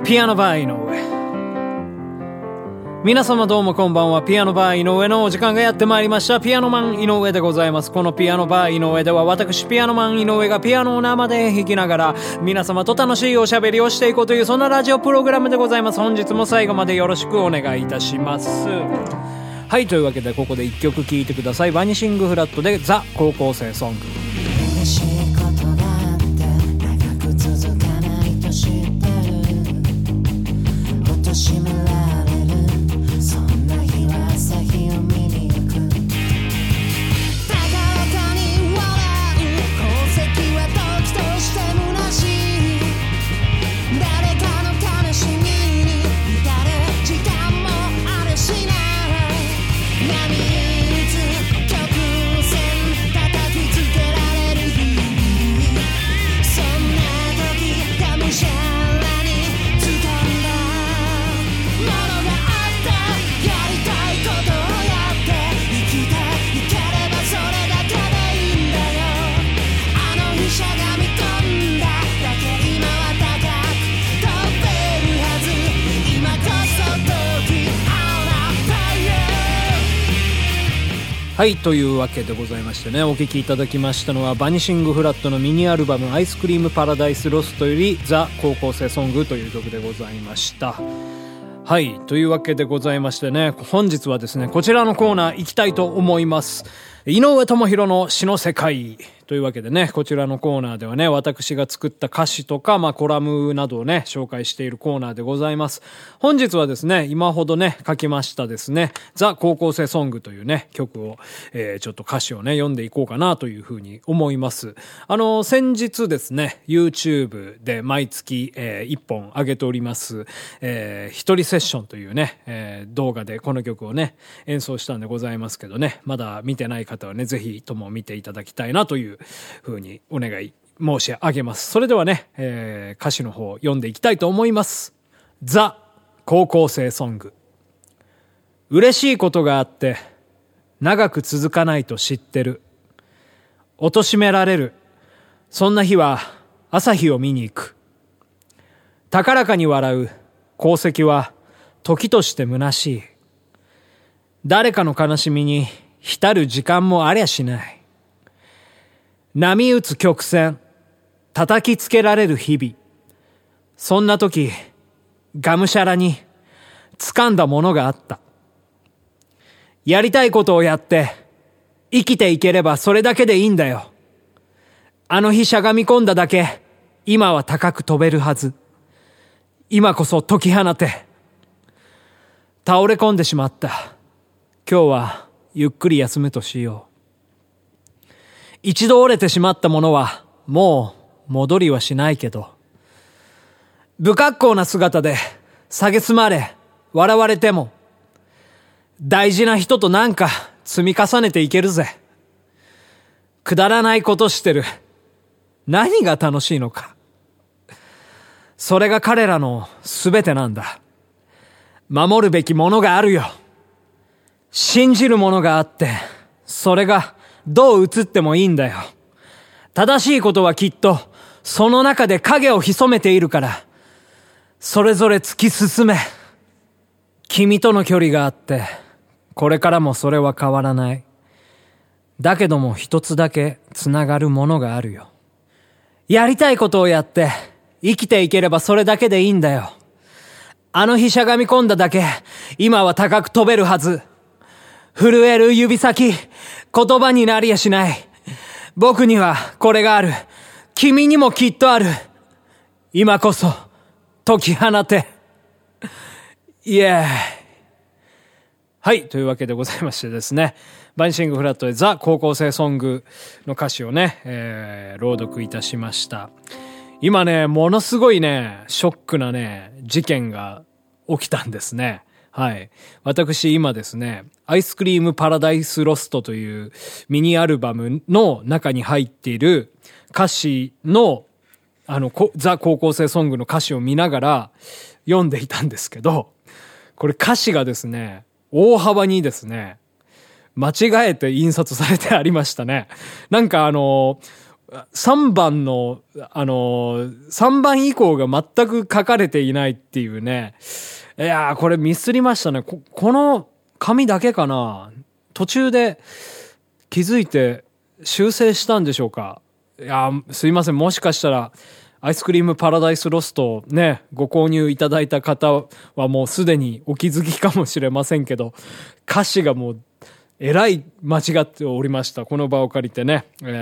ピアノバー井上。皆様どうもこんばんは。ピアノバー井上のお時間がやってまいりました。ピアノマン井上でございます。このピアノバー井上では、私ピアノマン井上がピアノを生で弾きながら皆様と楽しいおしゃべりをしていこうという、そんなラジオプログラムでございます。本日も最後までよろしくお願いいたします。はい、というわけでここで一曲聴いてください。バニシングフラットでザ高校生ソング。はい、というわけでございましてね、お聴きいただきましたのはバニシングフラットのミニアルバムアイスクリームパラダイスロストよりザ高校生ソングという曲でございました。はい、というわけでございましてね、本日はですね、こちらのコーナー行きたいと思います。井上智弘の詩の世界というわけでね、こちらのコーナーではね、私が作った歌詞とか、コラムなどをね、紹介しているコーナーでございます。本日はですね、今ほどね、書きましたですね、ザ高校生ソングというね、曲を、ちょっと歌詞をね、読んでいこうかなというふうに思います。先日ですね、YouTube で毎月、1本上げております、一人セッションというね、動画でこの曲をね、演奏したんでございますけどね、まだ見てない方はね、ぜひとも見ていただきたいなというふうにお願い申し上げます。それではね、歌詞の方読んでいきたいと思います。ザ高校生ソング。嬉しいことがあって長く続かないと知ってる。貶められる。そんな日は朝日を見に行く。高らかに笑う功績は時として虚しい。誰かの悲しみに浸る時間もありゃしない。波打つ曲線、叩きつけられる日々。そんな時、がむしゃらに掴んだものがあった。やりたいことをやって、生きていければそれだけでいいんだよ。あの日しゃがみ込んだだけ、今は高く飛べるはず。今こそ解き放て。倒れ込んでしまった。今日はゆっくり休むとしよう。一度折れてしまったものはもう戻りはしないけど、不格好な姿で蔑まれ笑われても大事な人となんか積み重ねていけるぜ。くだらないことしてる。何が楽しいのか。それが彼らのすべてなんだ。守るべきものがあるよ。信じるものがあって、それがどう映ってもいいんだよ。正しいことはきっとその中で影を潜めているから、それぞれ突き進め。君との距離があって、これからもそれは変わらない。だけども一つだけつながるものがあるよ。やりたいことをやって生きていければそれだけでいいんだよ。あの日しゃがみ込んだだけ、今は高く飛べるはず。震える指先、言葉になりやしない。僕にはこれがある。君にもきっとある。今こそ解き放て。イエーイ。はい、というわけでございましてですね、バニシングフラットでザ高校生ソングの歌詞をね、朗読いたしました。今ね、ものすごいね、ショックなね、事件が起きたんですね。はい。私今ですね、アイスクリームパラダイスロストというミニアルバムの中に入っている歌詞のザ高校生ソングの歌詞を見ながら読んでいたんですけど、これ歌詞がですね、大幅にですね、間違えて印刷されてありましたね。なんか 3番の、3番以降が全く書かれていないっていうね。いやー、これミスりましたね。この紙だけかな。途中で気づいて修正したんでしょうか。いやー、すいません。もしかしたら、アイスクリームパラダイスロストね、ご購入いただいた方はもうすでにお気づきかもしれませんけど、歌詞がもう、えらい間違っておりました。この場を借りてね。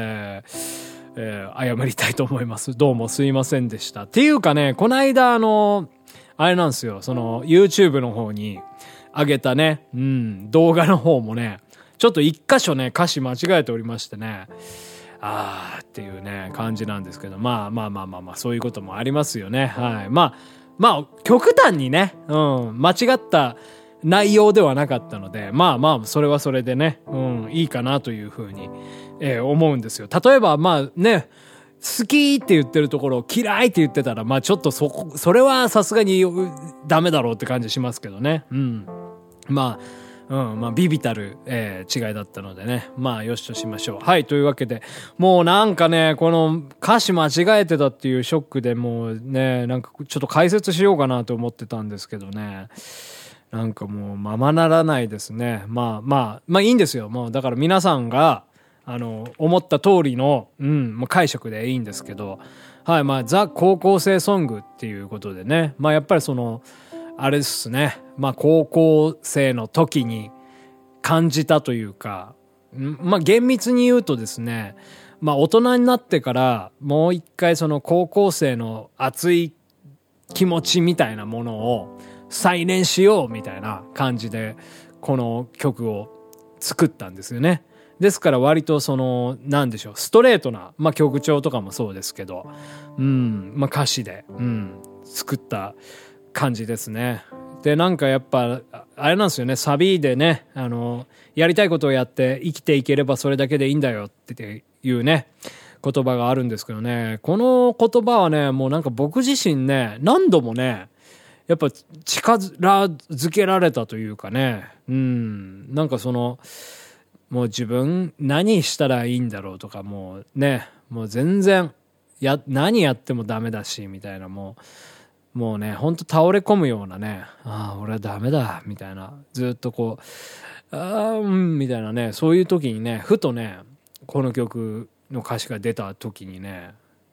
謝りたいと思います。どうもすいませんでした。っていうかね、この間あれなんですよ、YouTube の方に上げたね、動画の方もね、ちょっと一箇所ね、歌詞間違えておりましてね、っていうね、感じなんですけど、まあ、そういうこともありますよね。はい。まあ、極端にね、間違った内容ではなかったので、まあ、それはそれでね、いいかなというふうに、思うんですよ。例えば、まあね、好きって言ってるところを嫌いって言ってたら、まあちょっとそれはさすがにダメだろうって感じしますけどね。まあビビたる、違いだったのでね。まあよしとしましょう。はい、というわけで、もうなんかね、この歌詞間違えてたっていうショックでもうね、なんかちょっと解説しようかなと思ってたんですけどね。なんかもうままならないですね。まあいいんですよ。もうだから皆さんが、思った通りの、解釈でいいんですけど、はい、まあ、ザ高校生ソングっていうことでね、まあやっぱりあれですね、まあ高校生の時に感じたというか、まあ厳密に言うとですね、まあ大人になってからもう一回高校生の熱い気持ちみたいなものを再燃しようみたいな感じでこの曲を作ったんですよね。ですから割となんでしょう、ストレートな、まあ曲調とかもそうですけど、まあ歌詞で、作った感じですね。で、なんかやっぱ、あれなんですよね、サビでね、やりたいことをやって生きていければそれだけでいいんだよっていうね、言葉があるんですけどね、この言葉はね、もうなんか僕自身ね、何度もね、やっぱ力づけられたというかね、なんかもう自分何したらいいんだろうとか、もうね、もう全然何やってもダメだしみたいな、もうね、ほんと倒れ込むようなね、俺はダメだみたいな、ずっとこうみたいなね、そういう時にね、ふとね、この曲の歌詞が出た時にね、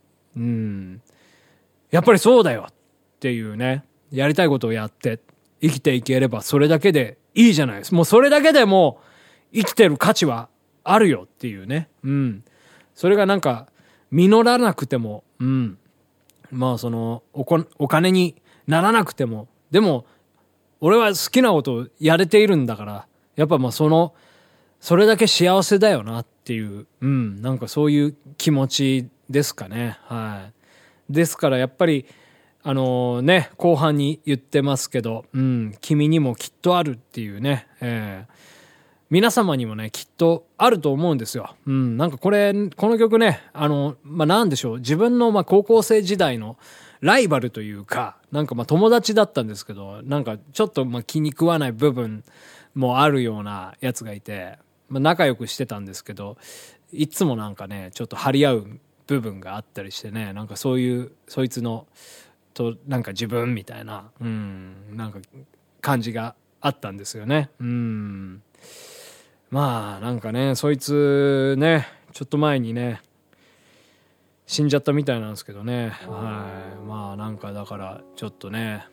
やっぱりそうだよっていうね、やりたいことをやって生きていければそれだけでいいじゃないですか。もうそれだけでも生きてる価値はあるよっていうね。それがなんか実らなくても、まあお金にならなくても、でも俺は好きなことをやれているんだから、やっぱまあそれだけ幸せだよなっていう、なんかそういう気持ちですかね。はい。ですからやっぱり後半に言ってますけど、君にもきっとあるっていうね、皆様にもね、きっとあると思うんですよ。なんかこの曲ね、なんでしょう、自分の高校生時代のライバルというか、なんか友達だったんですけど、なんかちょっと気に食わない部分もあるようなやつがいて、仲良くしてたんですけど、いつもなんかね、ちょっと張り合う部分があったりしてね、なんかそういう、そいつの、となんか自分みたいな、なんか感じがあったんですよね。まあなんかね、そいつね、ちょっと前にね死んじゃったみたいなんですけどね。はい。まあなんかだからちょっとね、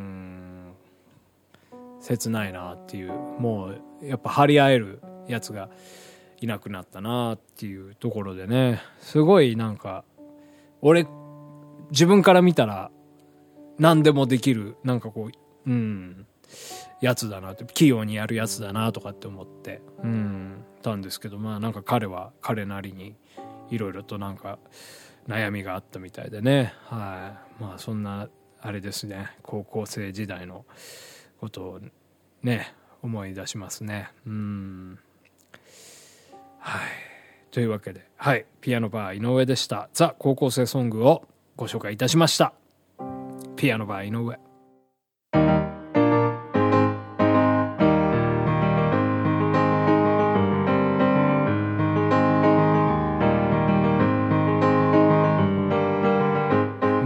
切ないなっていう、もうやっぱ張り合えるやつがいなくなったなっていうところでね、すごいなんか自分から見たら何でもできる、なんかこうやつだなって、器用にやるやつだなとかって思ってたんですけど、まあなんか彼は彼なりにいろいろとなんか悩みがあったみたいでね。はい。まあそんなあれですね、高校生時代のことをね思い出しますね。はい。というわけで、はい、ピアノバー井上でした。ザ高校生ソングをご紹介いたしました。ピアノバー井上。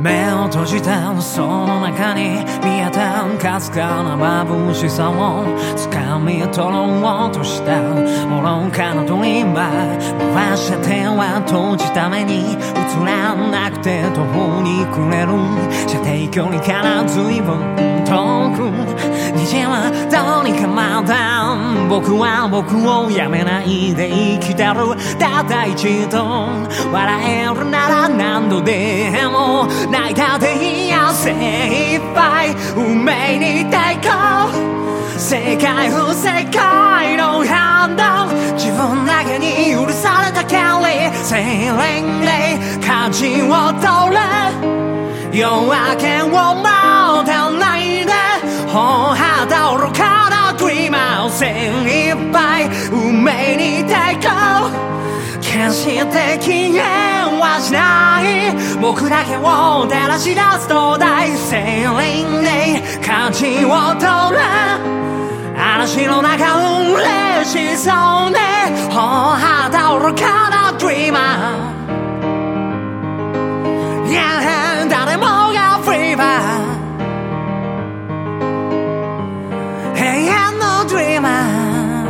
目を閉じてその中に見えたかすかな眩しさを掴み取ろうとした愚かなドリーマー回して手は閉じた目に映らなくて途方に暮れる射程距離から随分遠く虹はどうにかまだ僕は僕をやめないで生きてるただ一度笑えるなら何度でも泣いたっていや精一杯運命に抵抗世界不世界の判断自分だけに許された権利精霊で舵を取れ夜明けを待たないで大肌愚かなドリーマー精一杯運命に抵抗決して禁煙はしない僕だけを照らし出す灯台精霊で舵を取れ嵐の中嬉しそうね大肌愚かなドリーマー、yeah、誰もがフリーバー永遠のドリーマー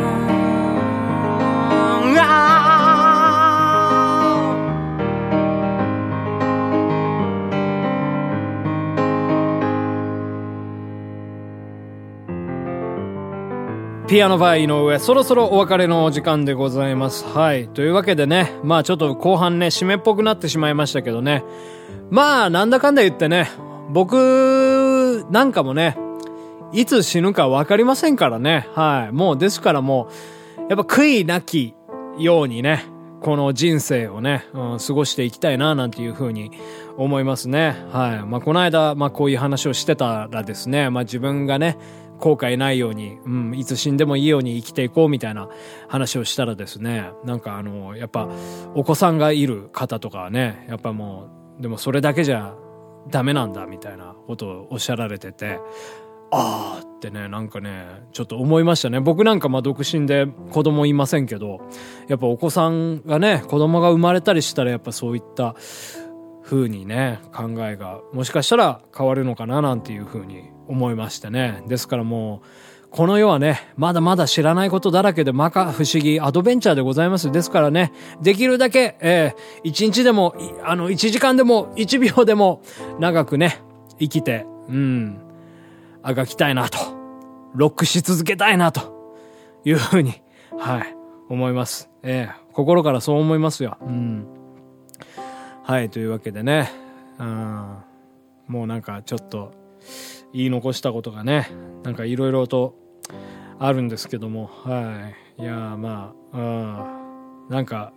ピアノバー井上、そろそろお別れのお時間でございます。はい。というわけでね、まあちょっと後半ね、締めっぽくなってしまいましたけどね。まあなんだかんだ言ってね、僕なんかもね、いつ死ぬかわかりませんからね。はい。もうですからもう、やっぱ悔いなきようにね、この人生をね、過ごしていきたいななんていう風に思いますね。はい。まあこの間、まあこういう話をしてたらですね、まあ自分がね、後悔ないように、いつ死んでもいいように生きていこうみたいな話をしたらですね、なんかやっぱお子さんがいる方とかはね、やっぱもうでもそれだけじゃダメなんだみたいなことをおっしゃられてて、あーってね、なんかねちょっと思いましたね。僕なんかまあ独身で子供いませんけど、やっぱお子さんがね、子供が生まれたりしたらやっぱそういった風にね、考えがもしかしたら変わるのかななんていう風に思いましてね。ですからもうこの世はね、まだまだ知らないことだらけで摩訶不思議アドベンチャーでございます。ですからね、できるだけ、1日でも1時間でも1秒でも長くね生きて、あがきたいなと、ロックし続けたいなというふうに、はい、思います。心からそう思いますよ。はい、というわけでね、もうなんかちょっと言い残したことがね、なんかいろいろとあるんですけども、はい、いやまあ、なんか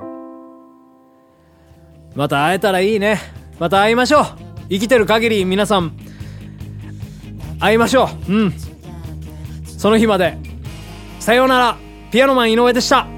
また会えたらいいね。また会いましょう。生きてる限り皆さん会いましょう。その日までさようなら。ピアノマン井上でした。